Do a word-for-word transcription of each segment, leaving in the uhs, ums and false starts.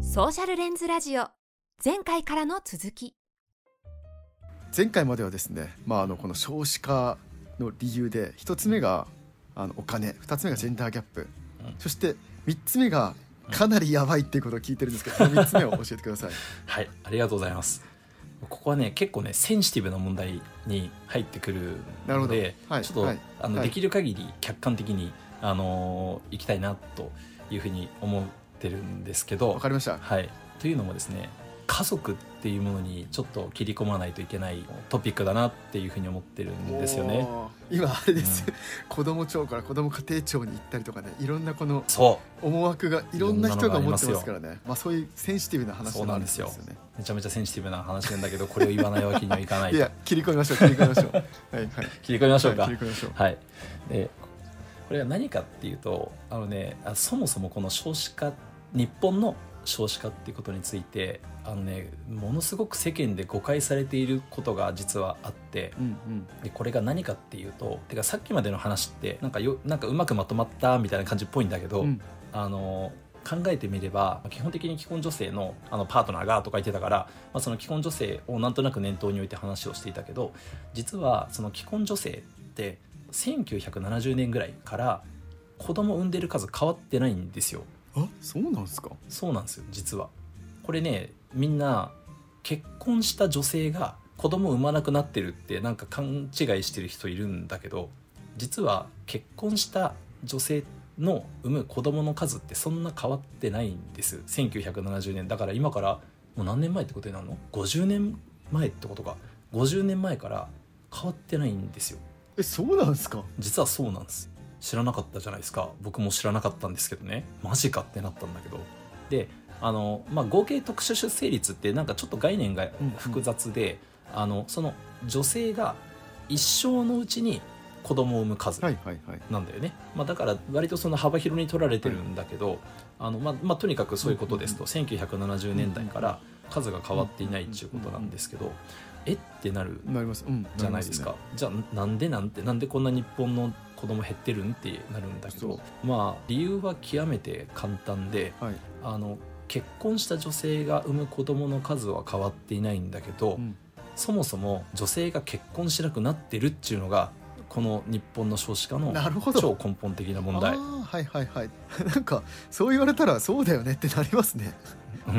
ソーシャルレンズラジオ前回からの続き。 前回まではですね、まあ、あのこの少子化の理由でひとつめがあのお金、ふたつめがジェンダーギャップ、うん、そしてみっつめがかなりやばいっていうことを聞いてるんですけど、うん、みっつめを教えてください。 はい、ありがとうございます。ここはね結構ねセンシティブな問題に入ってくるので、はい、ちょっと、はい、あの、はい、できる限り客観的にあのー、いきたいなというふうに思ってるんですけど。 わかりました。 はい、というのもですね、家族っていうものにちょっと切り込まないといけないトピックだなっていうふうに思ってるんですよね。 今あれです、うん、子ども庁から子ども家庭庁に行ったりとかね、いろんなこの思惑がいろんな人が思ってますからね。まあ、そういうセンシティブな話なんですよね。そうなんですよ。めちゃめちゃセンシティブな話なんだけど、これを言わないわけにはいかない。 いや、切り込みましょう切り込みましょうはい、はい、 切り込みましょうか。 はい、切り込みましょう。 はい。でこれは何かっていうと、あのね、あそもそもこの少子化、日本の少子化っていうことについてあのね、ものすごく世間で誤解されていることが実はあって、うんうん、でこれが何かっていうと、てかさっきまでの話ってなんかよなんかうまくまとまったみたいな感じっぽいんだけど、うん、あの考えてみれば基本的に既婚女性 の, あのパートナーがとか言ってたから、まあ、その既婚女性をなんとなく念頭に置いて話をしていたけど、実はその既婚女性ってせんきゅうひゃくななじゅうねんぐらいから子供を産んでる数変わってないんですよ。 あ、そうなんですか。 そうなんですよ。実はこれね、みんな結婚した女性が子供を産まなくなってるってなんか勘違いしてる人いるんだけど、実は結婚した女性の産む子供の数ってそんな変わってないんです。せんきゅうひゃくななじゅうねんだから今からもう何年前ってことになるの？ごじゅうねんまえってことか。ごじゅうねんまえから変わってないんですよ。 え、そうなんですか。 実はそうなんです。知らなかったじゃないですか。僕も知らなかったんですけどね、マジかってなったんだけど。であの、まあ、合計特殊出生率ってなんかちょっと概念が複雑で、うんうん、あのその女性が一生のうちに子供を産む数なんだよね、はいはいはい。まあ、だから割とその幅広に取られてるんだけど、はい、あのまあまあ、とにかくそういうことですと、うんうん、せんきゅうひゃくななじゅうねんだいから数が変わっていないっていうことなんですけど、えってなるじゃないですか、うん、じゃあなんでなんてなんでこんな日本の子供減ってるんってなるんだけど、まあ理由は極めて簡単で、はい、あの結婚した女性が産む子供の数は変わっていないんだけど、うん、そもそも女性が結婚しなくなってるっていうのがこの日本の少子化の超根本的な問題。 あ、はいはいはい。なんかそう言われたらそうだよねってなりますね。 うん、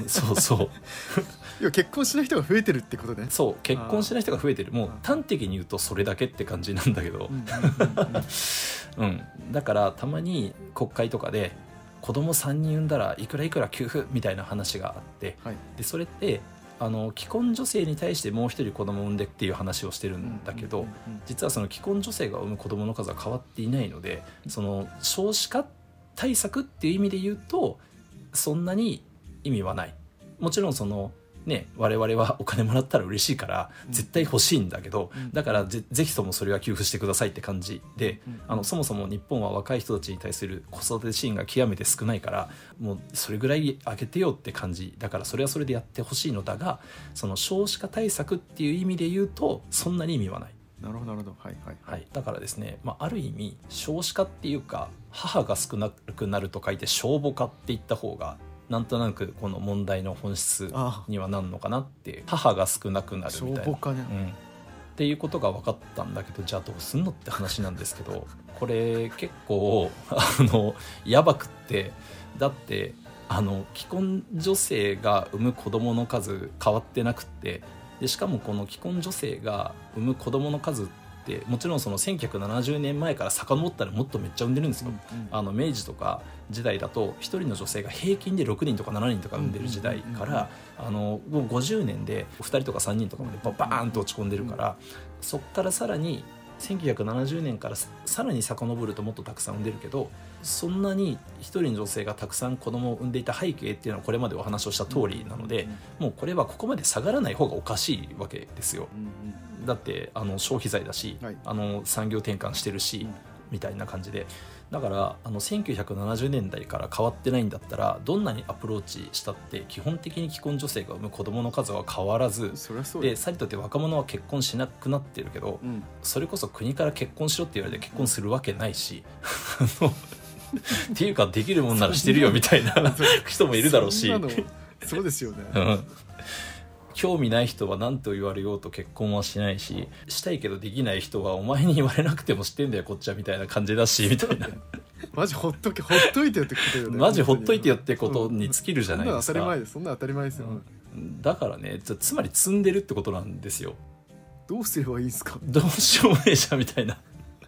そうそういや、結婚しない人が増えてるってことね。 そう、結婚しない人が増えてる。もう端的に言うとそれだけって感じなんだけど、うん、だからたまに国会とかで子供さんにん産んだらいくらいくら給付みたいな話があって、はい、でそれってあの既婚女性に対してもう一人子供を産んでっていう話をしてるんだけど、実はその既婚女性が産む子供の数は変わっていないので、その少子化対策っていう意味で言うとそんなに意味はない。もちろんそのね、我々はお金もらったら嬉しいから絶対欲しいんだけど、うん、だからぜ, ぜひともそれは給付してくださいって感じで、うん、あのそもそも日本は若い人たちに対する子育てシーンが極めて少ないから、もうそれぐらい上げてよって感じだから、それはそれでやってほしいのだが、その少子化対策っていう意味で言うとそんなに意味はない。 なるほどなるほど、はいはいはい、 はい、だからですね、まあ、ある意味少子化っていうか母が少なくなると書いて少母化って言った方がなんとなくこの問題の本質にはなるのかなって。母が少なくなるみたいな、ね、うん、っていうことが分かったんだけど、じゃあどうすんのって話なんですけど、これ結構あのやばくって、だってあの既婚女性が産む子供の数変わってなくって、でしかもこの既婚女性が産む子供の数ってもちろんそのせんきゅうひゃくななじゅうねんまえから遡ったらもっとめっちゃ産んでるんですよ、うんうん、あの明治とか時代だとひとりの女性が平均でろくにんとかしちにんとか産んでる時代から、あのもうごじゅうねんでふたりとかさんにんとかまでバーンと落ち込んでるから、そっからさらにせんきゅうひゃくななじゅうねんからさらに遡るともっとたくさん産んでるけど、そんなに一人の女性がたくさん子供を産んでいた背景っていうのはこれまでお話をした通りなので、もうこれはここまで下がらない方がおかしいわけですよ。だってあの消費財だし、はい、あの産業転換してるし、うん、みたいな感じで、だからあのせんきゅうひゃくななじゅうねんだいから変わってないんだったら、どんなにアプローチしたって基本的に既婚女性が産む子供の数は変わらず、 そりゃそうでさりとって若者は結婚しなくなってるけど、うん、それこそ国から結婚しろって言われて結婚するわけないし、 っていうかできるもんならしてるよみたいな人もいるだろうし、 そんなのそうですよね、 うん、興味ない人は何と言われようと結婚はしないし、したいけどできない人はお前に言われなくても知ってんだよこっちはみたいな感じだしみたいなマジほっとけほっといてよってことよね。 マジほっといてよってことに尽きるじゃないですか、 そんな当たり前ですそんな当たり前ですよ、 うん、だからねつ、つまり積んでるってことなんですよ。 どうすればいいんですか。 どうしようもねえじゃんみたいな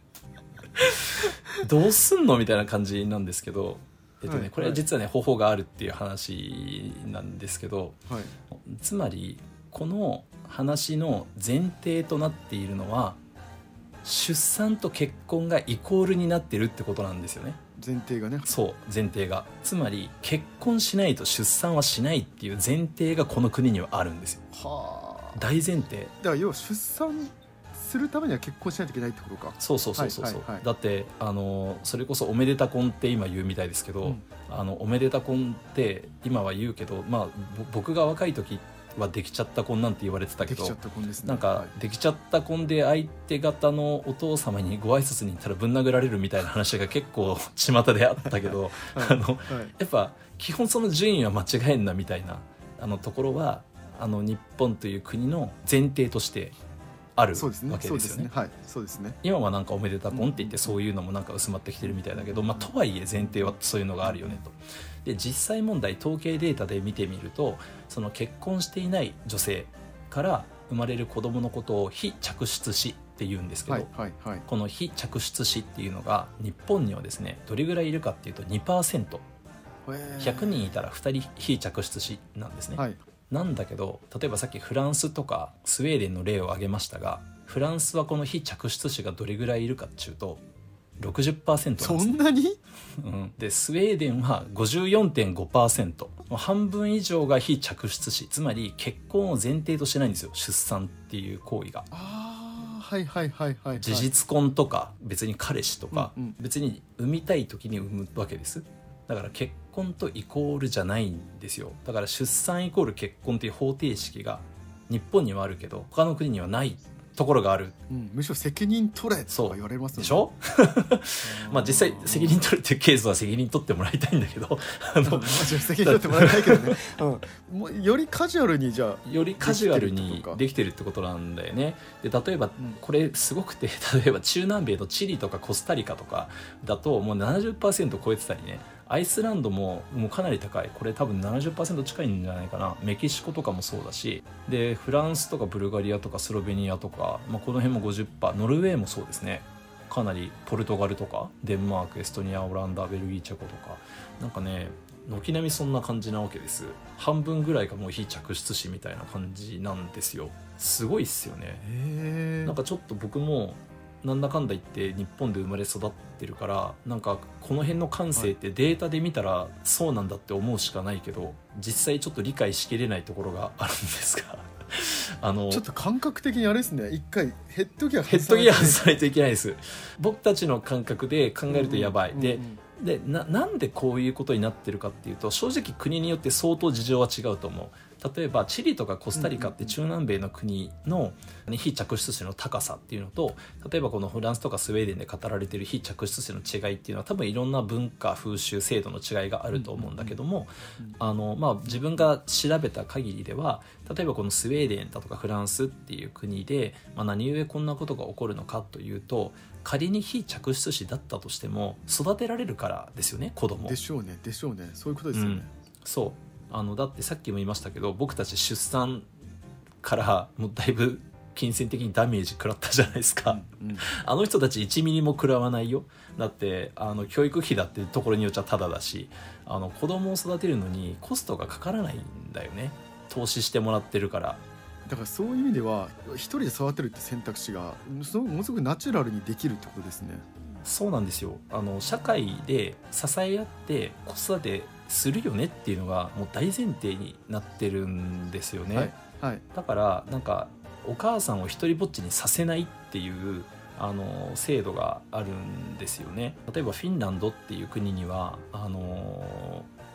どうすんのみたいな感じなんですけど、えっとね、はい、これは実はね、はい、方法があるっていう話なんですけど、はい、つまりこの話の前提となっているのは出産と結婚がイコールになってるってことなんですよね。 前提がね。 そう前提が、つまり結婚しないと出産はしないっていう前提がこの国にはあるんですよ。はあ、大前提だから要は出産するためには結婚しないといけないってことか。 そうそうそうそう、はいはいはい、だってあのそれこそおめでた婚って今言うみたいですけど、うん、あのおめでた婚って今は言うけど、まあ僕が若い時はできちゃった婚なんて言われてたけど、できちゃった婚ですね、なんかできちゃった婚で相手方のお父様にご挨拶に行ったらぶん殴られるみたいな話が結構巷であったけど、はいあのはい、やっぱ基本その順位は間違えんなみたいなあのところはあの日本という国の前提としてあるわけですよね。今はなんかおめでた婚って言ってそういうのもなんか薄まってきてるみたいだけど、まあ、とはいえ前提はそういうのがあるよねと。で実際問題統計データで見てみると、その結婚していない女性から生まれる子どものことを非嫡出子って言うんですけど、はいはいはい、この非嫡出子っていうのが日本にはですねどれぐらいいるかっていうと にパーセント、ひゃくにんいたらふたり非嫡出子なんですね、はい。なんだけど例えばさっきフランスとかスウェーデンの例を挙げましたが、フランスはこの非嫡出子がどれぐらいいるかっていうと ろくじゅっパーセント なんです、ね、 そんなに、 うん、でスウェーデンは ごじゅうよんてんごパーセント、 半分以上が非嫡出子、つまり結婚を前提としてないんですよ、出産っていう行為が。 あ、はいはいはいはい、はい、 事実婚とか別に彼氏とか、うんうん、別に産みたい時に産むわけです。だから結婚とイコールじゃないんですよ。だから出産イコール結婚という方程式が日本にはあるけど他の国にはないところがある、 うん、むしろ責任取れとか言われますよね。 でしょまあ実際責任取るっていうケースは責任取ってもらいたいんだけどあの責任取ってもらいたいけどね、うん、もうよりカジュアルにじゃあよりカジュアルにできてるってことなんだよね。で例えば、うん、これすごくて、例えば中南米のチリとかコスタリカとかだともう ななじゅっパーセント 超えてたりね、アイスランドももうかなり高い、これ多分 ななじゅっパーセント 近いんじゃないかな。メキシコとかもそうだし、でフランスとかブルガリアとかスロベニアとか、まあ、この辺も ごじゅっパーセント、 ノルウェーもそうですね、かなりポルトガルとかデンマーク、エストニア、オランダ、ベルギー、チェコとか、なんかね軒並みそんな感じなわけです。半分ぐらいがもう非嫡出子みたいな感じなんですよ。すごいっすよね。へー、なんかちょっと僕もなんだかんだ言って日本で生まれ育ってるから、なんかこの辺の感性ってデータで見たらそうなんだって思うしかないけど、実際ちょっと理解しきれないところがあるんですがあのちょっと感覚的にあれですね、一回ヘッドギアヘッドギア外さないといけないです。僕たちの感覚で考えるとやばい、うんうん、で、うんうん、で な, なんでこういうことになってるかっていうと、正直国によって相当事情は違うと思う。例えばチリとかコスタリカって中南米の国の非嫡出子の高さっていうのと、例えばこのフランスとかスウェーデンで語られている非嫡出子の違いっていうのは多分いろんな文化、風習、制度の違いがあると思うんだけども、あの、まあ、自分が調べた限りでは、例えばこのスウェーデンだとかフランスっていう国で、まあ、何故こんなことが起こるのかというと、仮に非嫡出子だったとしても育てられるからですよね、子供でしょうねでしょうねそういうことですよね、うん、 そうあのだってさっきも言いましたけど、僕たち出産からもうだいぶ金銭的にダメージ食らったじゃないですか、うんうん、あの人たちいちミリも食らわないよ。だってあの教育費だってところによっちゃタダだし、あの子供を育てるのにコストがかからないんだよね、投資してもらってるから。 だからそういう意味では一人で育てるって選択肢がものすごくナチュラルにできるってことですね。 そうなんですよ。あの社会で支え合って子育てするよねっていうのがもう大前提になってるんですよね、はいはい、だからなんかお母さんを一人ぼっちにさせないっていうあの制度があるんですよね。例えばフィンランドっていう国にはあの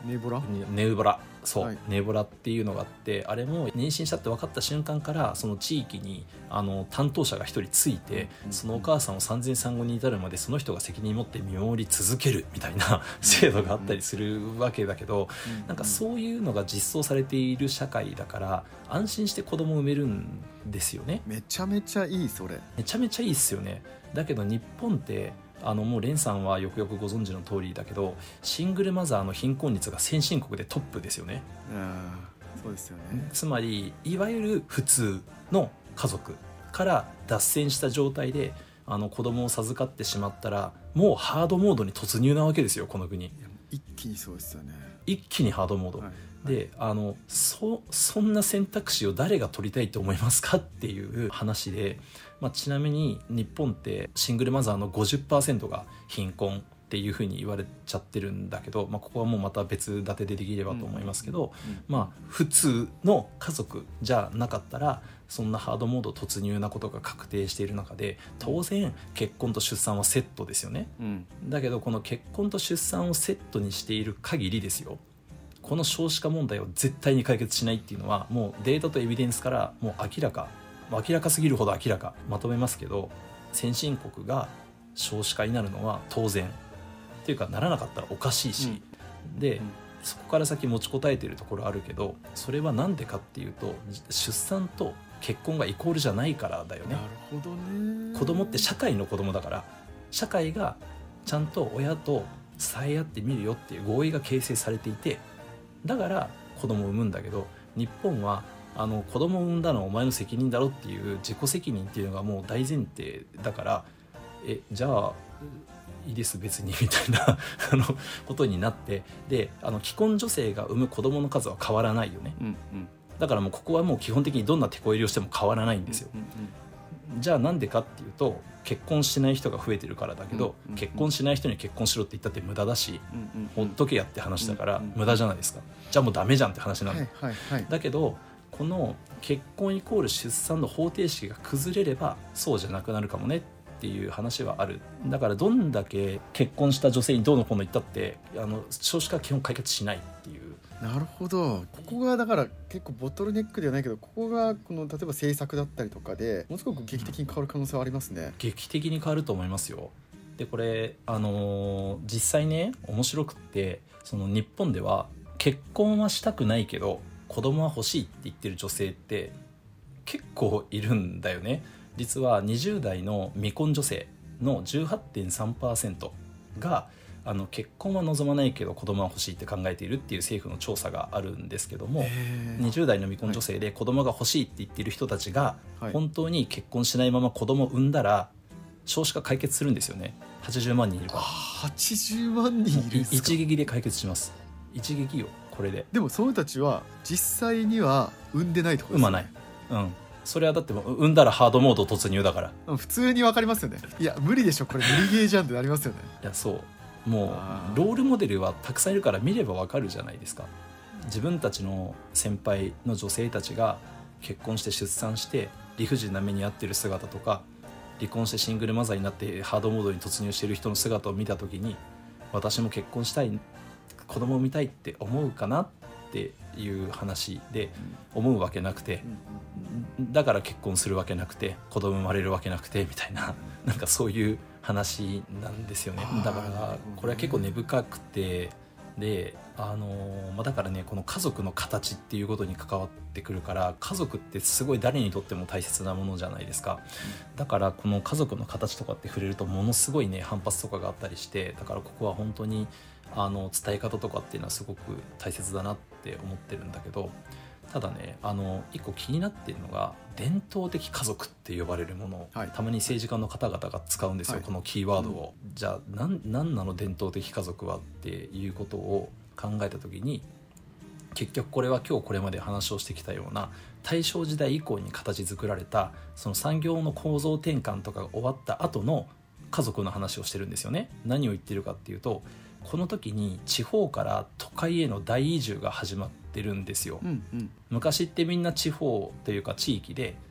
ネボラネウボラそう、 はい、 ネボラっていうのがあって、あれも妊娠したって分かった瞬間からその地域にあの担当者が一人ついて、うん、そのお母さんを産前産後に至るまでその人が責任を持って見守り続けるみたいな制度があったりするわけだけど、うん、なんかそういうのが実装されている社会だから安心して子供を産めるんですよね。 めちゃめちゃいい。それめちゃめちゃいいっすよね。だけど日本ってあのもうレンさんはよくよくご存知の通りだけど、シングルマザーの貧困率が先進国でトップですよね。 あそうですよね。 つまりいわゆる普通の家族から脱線した状態であの子供を授かってしまったらもうハードモードに突入なわけですよ、この国。 一気にそうですよね。 一気にハードモード、はいはい、であの そ, そんな選択肢を誰が取りたいと思いますかっていう話で、まあ、ちなみに日本ってシングルマザーの ごじゅっパーセント が貧困っていうふうに言われちゃってるんだけど、まあ、ここはもうまた別立てでできればと思いますけど、うんうん、まあ普通の家族じゃなかったらそんなハードモード突入なことが確定している中で当然結婚と出産はセットですよね、うん、だけどこの結婚と出産をセットにしている限りですよ、この少子化問題を絶対に解決しないっていうのはもうデータとエビデンスからもう明らか明らかすぎるほど明らか。まとめますけど、先進国が少子化になるのは当然っていうかならなかったらおかしいし、うん、で、うん、そこから先持ちこたえてるところあるけど、それはなんでかっていうと出産と結婚がイコールじゃないからだよね。 なるほどね。 子供って社会の子供だから社会がちゃんと親と伝え合ってみるよっていう合意が形成されていて、だから子供を産むんだけど、日本はあの子供を産んだのはお前の責任だろっていう自己責任っていうのがもう大前提だから、えじゃあいいです別にみたいなあのことになって、であの既婚女性が産む子供の数は変わらないよね、うんうん、だからもうここはもう基本的にどんなテこ入れをしても変わらないんですよ、うんうん、じゃあなんでかっていうと結婚しない人が増えてるからだけど、うんうん、結婚しない人に結婚しろって言ったって無駄だし、うんうん、ほっとけやって話だから無駄じゃないですか。じゃあもうダメじゃんって話なの、はいはいはい、だけどこの結婚イコール出産の方程式が崩れればそうじゃなくなるかもねっていう話はある。だからどんだけ結婚した女性にどうのこうの言ったってあの少子化は基本解決しないっていう。 なるほど。ここがだから結構ボトルネックではないけど、ここがこの例えば政策だったりとかでものすごく劇的に変わる可能性はありますね、うん、 劇的に変わると思いますよ。でこれあのー、実際ね面白くってその日本では結婚はしたくないけど子供は欲しいって言ってる女性って結構いるんだよね。実はにじゅう代の未婚女性の じゅうはちてんさんパーセント があの結婚は望まないけど子供は欲しいって考えているっていう政府の調査があるんですけども、にじゅう代の未婚女性で子供が欲しいって言っている人たちが本当に結婚しないまま子供を産んだら少子化解決するんですよね。はちじゅうまんにんいるから。 はちじゅうまんにんいるんですか。 一撃で解決します。一撃よこれで。 でもその人たちは実際には産んでないってことですね。 産まない。うんそれはだって産んだらハードモード突入だから。 普通に分かりますよね。いや無理でしょこれ無理ゲーじゃんってなりますよね。 いやそうもうロールモデルはたくさんいるから見れば分かるじゃないですか。自分たちの先輩の女性たちが結婚して出産して理不尽な目に遭ってる姿とか、離婚してシングルマザーになってハードモードに突入している人の姿を見た時に、私も結婚したい子供を産みたいって思うかなっていう話で、思うわけなくて、だから結婚するわけなくて子供生まれるわけなくてみたいな、なんかそういう話なんですよね。だからこれは結構根深くて、であのまあ、だからねこの家族の形っていうことに関わってくるから、家族ってすごい誰にとっても大切なものじゃないですか。だからこの家族の形とかって触れるとものすごいね反発とかがあったりして、だからここは本当にあの伝え方とかっていうのはすごく大切だなって思ってるんだけど、ただねあの一個気になっているのが伝統的家族って呼ばれるものを、はい、たまに政治家の方々が使うんですよ、はい、このキーワードを、うん、じゃあ何なんなの伝統的家族はっていうことを考えた時に、結局これは今日これまで話をしてきたような大正時代以降に形作られたその産業の構造転換とかが終わった後の家族の話をしてるんですよね。何を言ってるかっていうと、この時に地方から都会への大移住が始まってるんですよ、うんうん、昔ってみんな地方というか地域で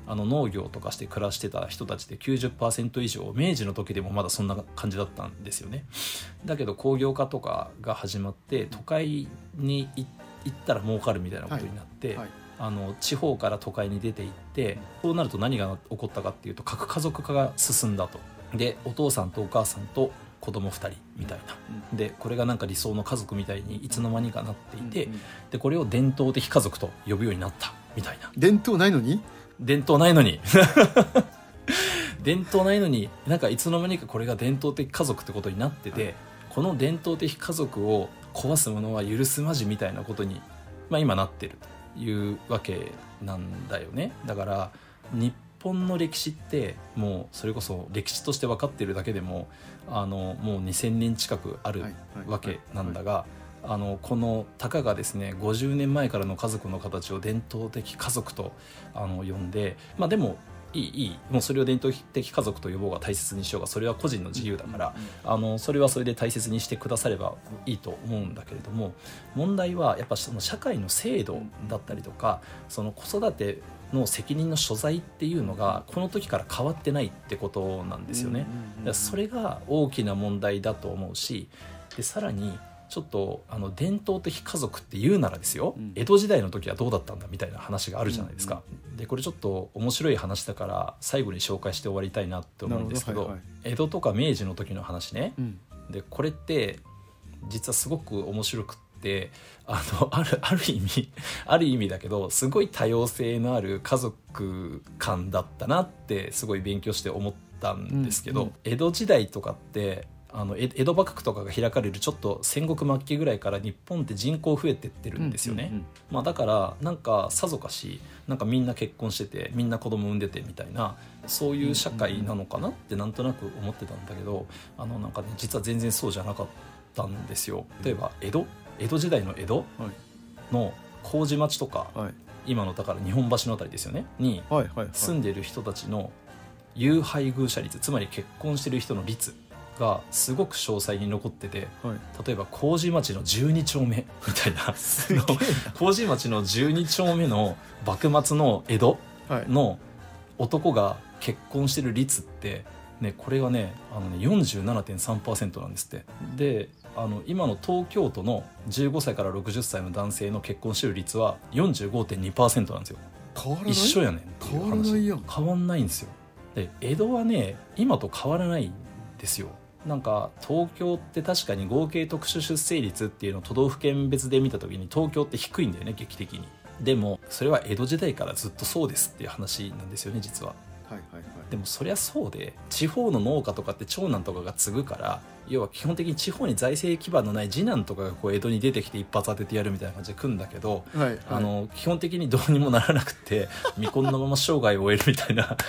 あの農業とかして暮らしてた人たちで きゅうじゅっパーセント 以上、明治の時でもまだそんな感じだったんですよね。だけど工業化とかが始まって都会に行ったら儲かるみたいなことになって、はいはい、あの地方から都会に出て行って、そうなると何が起こったかっていうと核家族化が進んだと。でお父さんとお母さんと子供ふたりみたいな、うん、でこれがなんか理想の家族みたいにいつの間にかなっていて、うんうん、でこれを伝統的家族と呼ぶようになったみたいな。 伝統ないのに伝統ないのに伝統ないのになんかいつの間にかこれが伝統的家族ってことになってて、はい、この伝統的家族を壊す者は許すまじみたいなことに、まあ、今なってるというわけなんだよね。だから日本の歴史ってもうそれこそ歴史として分かってるだけでもあのもうにせんねん近くあるわけなんだが、あのこのたかがですねごじゅうねんまえからの家族の形を伝統的家族とあの呼んで、まあでもいいいいもうそれを伝統的家族と呼ぼうが大切にしようがそれは個人の自由だから、うんうん、あのそれはそれで大切にしてくださればいいと思うんだけれども、問題はやっぱその社会の制度だったりとか、その子育ての責任の所在っていうのがこの時から変わってないってことなんですよね。だからそれが大きな問題だと思うし、でさらにちょっとあの伝統的家族って言うならですよ、うん、江戸時代の時はどうだったんだみたいな話があるじゃないですか、うんうん、でこれちょっと面白い話だから最後に紹介して終わりたいなって思うんですけど、はいはい、江戸とか明治の時の話ね、うん、でこれって実はすごく面白くってあのある、ある意味ある意味だけどすごい多様性のある家族観だったなってすごい勉強して思ったんですけど、うんうん、江戸時代とかってあの江戸幕府とかが開かれるちょっと戦国末期ぐらいから日本って人口増えてってるんですよね、うんうんうんまあ、だからなんかさぞかしなんかみんな結婚しててみんな子供産んでてみたいなそういう社会なのかなってなんとなく思ってたんだけど、あのなんかね実は全然そうじゃなかったんですよ。例えば江戸江戸時代の江戸の麹町とか、はい、今のだから日本橋のあたりですよねに住んでる人たちの有配偶者率、つまり結婚してる人の率がすごく詳細に残ってて、はい、例えば麹町のじゅうに丁目みたいな麹町のじゅうに丁目の幕末の江戸の男が結婚してる率って、ね、これがねあのね よんじゅうななてんさんパーセント なんですって。であの今の東京都のじゅうごさいからろくじゅっさいの男性の結婚してる率は よんじゅうごてんにパーセント なんですよ。 変わらない一緒やねんっていう話。変わらないやん。変わんないんですよ。で江戸はね今と変わらないんですよ。なんか東京って確かに合計特殊出生率っていうのを都道府県別で見た時に東京って低いんだよね劇的に。でもそれは江戸時代からずっとそうですっていう話なんですよね実は。はいはいはい、でもそりゃそうで地方の農家とかって長男とかが継ぐから、要は基本的に地方に財政基盤のない次男とかがこう江戸に出てきて一発当ててやるみたいな感じで組んだけど、はいはい、あの基本的にどうにもならなくて未婚のまま生涯を終えるみたいな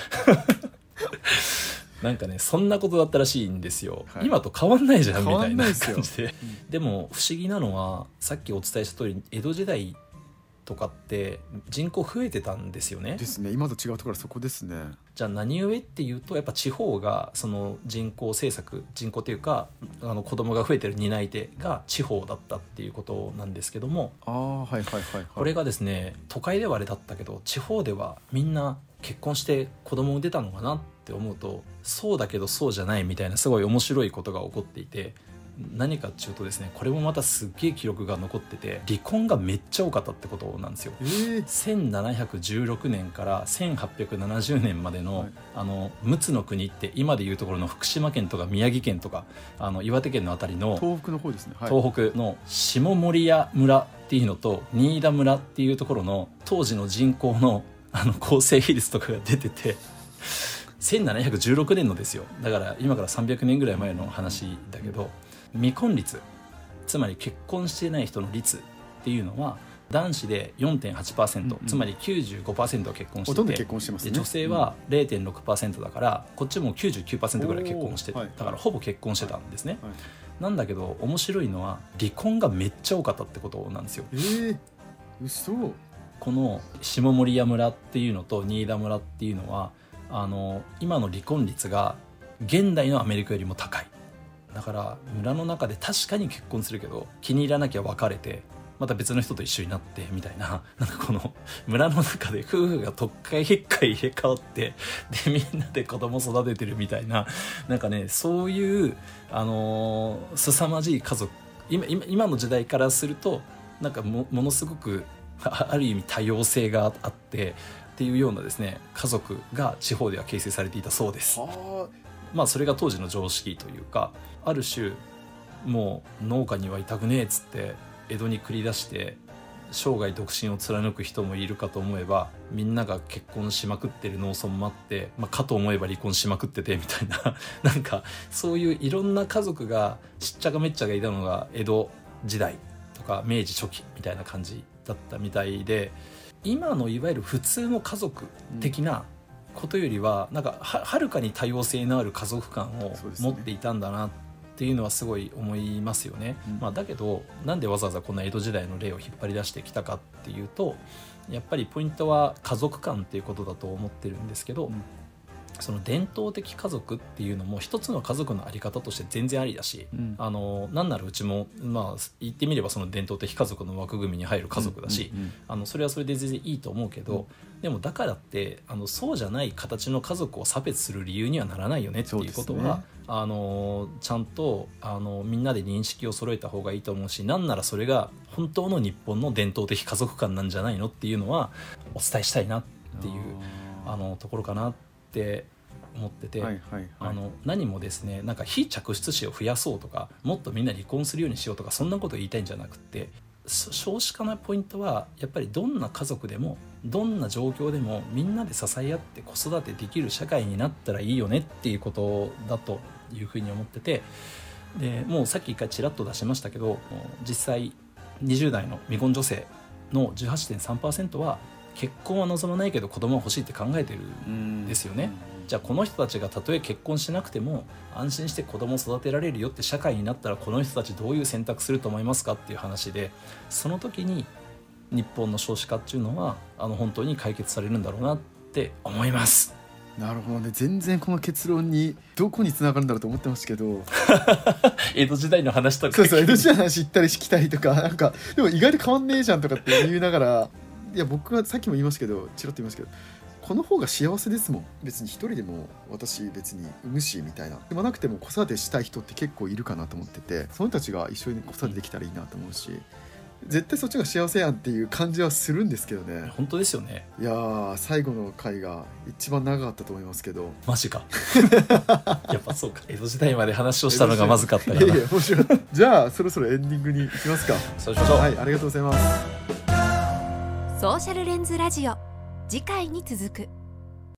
なんかねそんなことだったらしいんですよ、はい、今と変わんないじゃんみたいな感じで。でも不思議なのはさっきお伝えした通り江戸時代とかって人口増えてたんですよね。 ですね。今と違うところはそこですね。 じゃあ何故っていうとやっぱ地方がその人口政策人口というかあの子供が増えてる担い手が地方だったっていうことなんですけども、 あ、はいはいはいはい、 これがですね都会ではあれだったけど地方ではみんな結婚して子供を産んでたのかなって思うとそうだけどそうじゃないみたいなすごい面白いことが起こっていて、何かっていうとですねこれもまたすっげえ記録が残ってて離婚がめっちゃ多かったってことなんですよ、えー、せんななひゃくじゅうろくねんからせんはっぴゃくななじゅうねんまでの、はい、あの陸奥の国って今でいうところの福島県とか宮城県とかあの岩手県のあたりの東北の方ですね、 はい、東北の下森屋村っていうのと新田村っていうところの当時の人口の、あの構成比率とかが出ててせんななひゃくじゅうろくねんのですよ。だから今からさんびゃくねんぐらい前の話だけど、未婚率つまり結婚してない人の率っていうのは男子で よんてんはちパーセント、うんうん、つまり きゅうじゅうごパーセント が結婚してて、 ほとんど結婚してますね。 で女性は れいてんろくパーセント だからこっちも きゅうじゅうきゅうパーセント ぐらい結婚してて、はい、だからほぼ結婚してたんですね、はいはい、なんだけど面白いのは離婚がめっちゃ多かったってことなんですよ。 えー、嘘。 この下森屋村っていうのと新田村っていうのはあの今の離婚率が現代のアメリカよりも高い。だから村の中で確かに結婚するけど気に入らなきゃ別れてまた別の人と一緒になってみたいな、なんかこの村の中で夫婦がとっかえひっかい入れ替わってでみんなで子供育ててるみたいな、なんかねそういうあのー、凄まじい家族、今, 今, 今の時代からするとなんか も, ものすごくある意味多様性があってっていうようなですね家族が地方では形成されていたそうです。まあそれが当時の常識というか、ある種もう農家にはいたくねえっつって江戸に繰り出して生涯独身を貫く人もいるかと思えば、みんなが結婚しまくってる農村もあって、まあ、かと思えば離婚しまくっててみたいななんかそういういろんな家族がしっちゃかめっちゃがいたのが江戸時代とか明治初期みたいな感じだったみたいで、今のいわゆる普通の家族的なことよりは、うん、なんか は, はるかに多様性のある家族観を持っていたんだなっていうのはすごい思いますよね、うんまあ、だけどなんでわざわざこの江戸時代の例を引っ張り出してきたかっていうと、やっぱりポイントは家族観っていうことだと思ってるんですけど、うんその伝統的家族っていうのも一つの家族の在り方として全然ありだし、うん、あのなんならうちも、まあ、言ってみればその伝統的家族の枠組みに入る家族だし、うんうんうん、あのそれはそれで全然いいと思うけど、うん、でもだからってあのそうじゃない形の家族を差別する理由にはならないよねっていうことは、ね、あのちゃんとあのみんなで認識を揃えた方がいいと思うし、なんならそれが本当の日本の伝統的家族観なんじゃないのっていうのはお伝えしたいなっていうあのところかなって思ってて、はいはいはい、あの何もですねなんか非嫡出子を増やそうとかもっとみんな離婚するようにしようとかそんなことを言いたいんじゃなくて、少子化のポイントはやっぱりどんな家族でもどんな状況でもみんなで支え合って子育てできる社会になったらいいよねっていうことだというふうに思ってて、でもうさっき一回ちらっと出しましたけど、実際にじゅう代の未婚女性の じゅうはちてんさんパーセント は結婚は望まないけど子供は欲しいって考えてるんですよね。じゃあこの人たちがたとえ結婚しなくても安心して子供を育てられるよって社会になったらこの人たちどういう選択すると思いますかっていう話で、その時に日本の少子化っていうのはあの本当に解決されるんだろうなって思います。 なるほどね。全然この結論にどこに繋がるんだろうと思ってましたけど江戸時代の話とかそうそう江戸時代の話言ったり聞きたりとかなんかでも意外と変わんねえじゃんとかって言いながらいや僕はさっきも言いましたけどチラッと言いましたけどこの方が幸せですもん。別に一人でも私別に産むしみたいなでもなくても子育てしたい人って結構いるかなと思ってて、その人たちが一緒に子育てできたらいいなと思うし、絶対そっちが幸せやんっていう感じはするんですけどね。 本当ですよね。 いやー最後の回が一番長かったと思いますけど。 マジかやっぱそうか、江戸時代まで話をしたのがまずかったからな。いやいや面白いじゃあそろそろエンディングに行きますか。 そうしましょう。 はい、ありがとうございます。 ソーシャルレンズラジオ、次回に続く。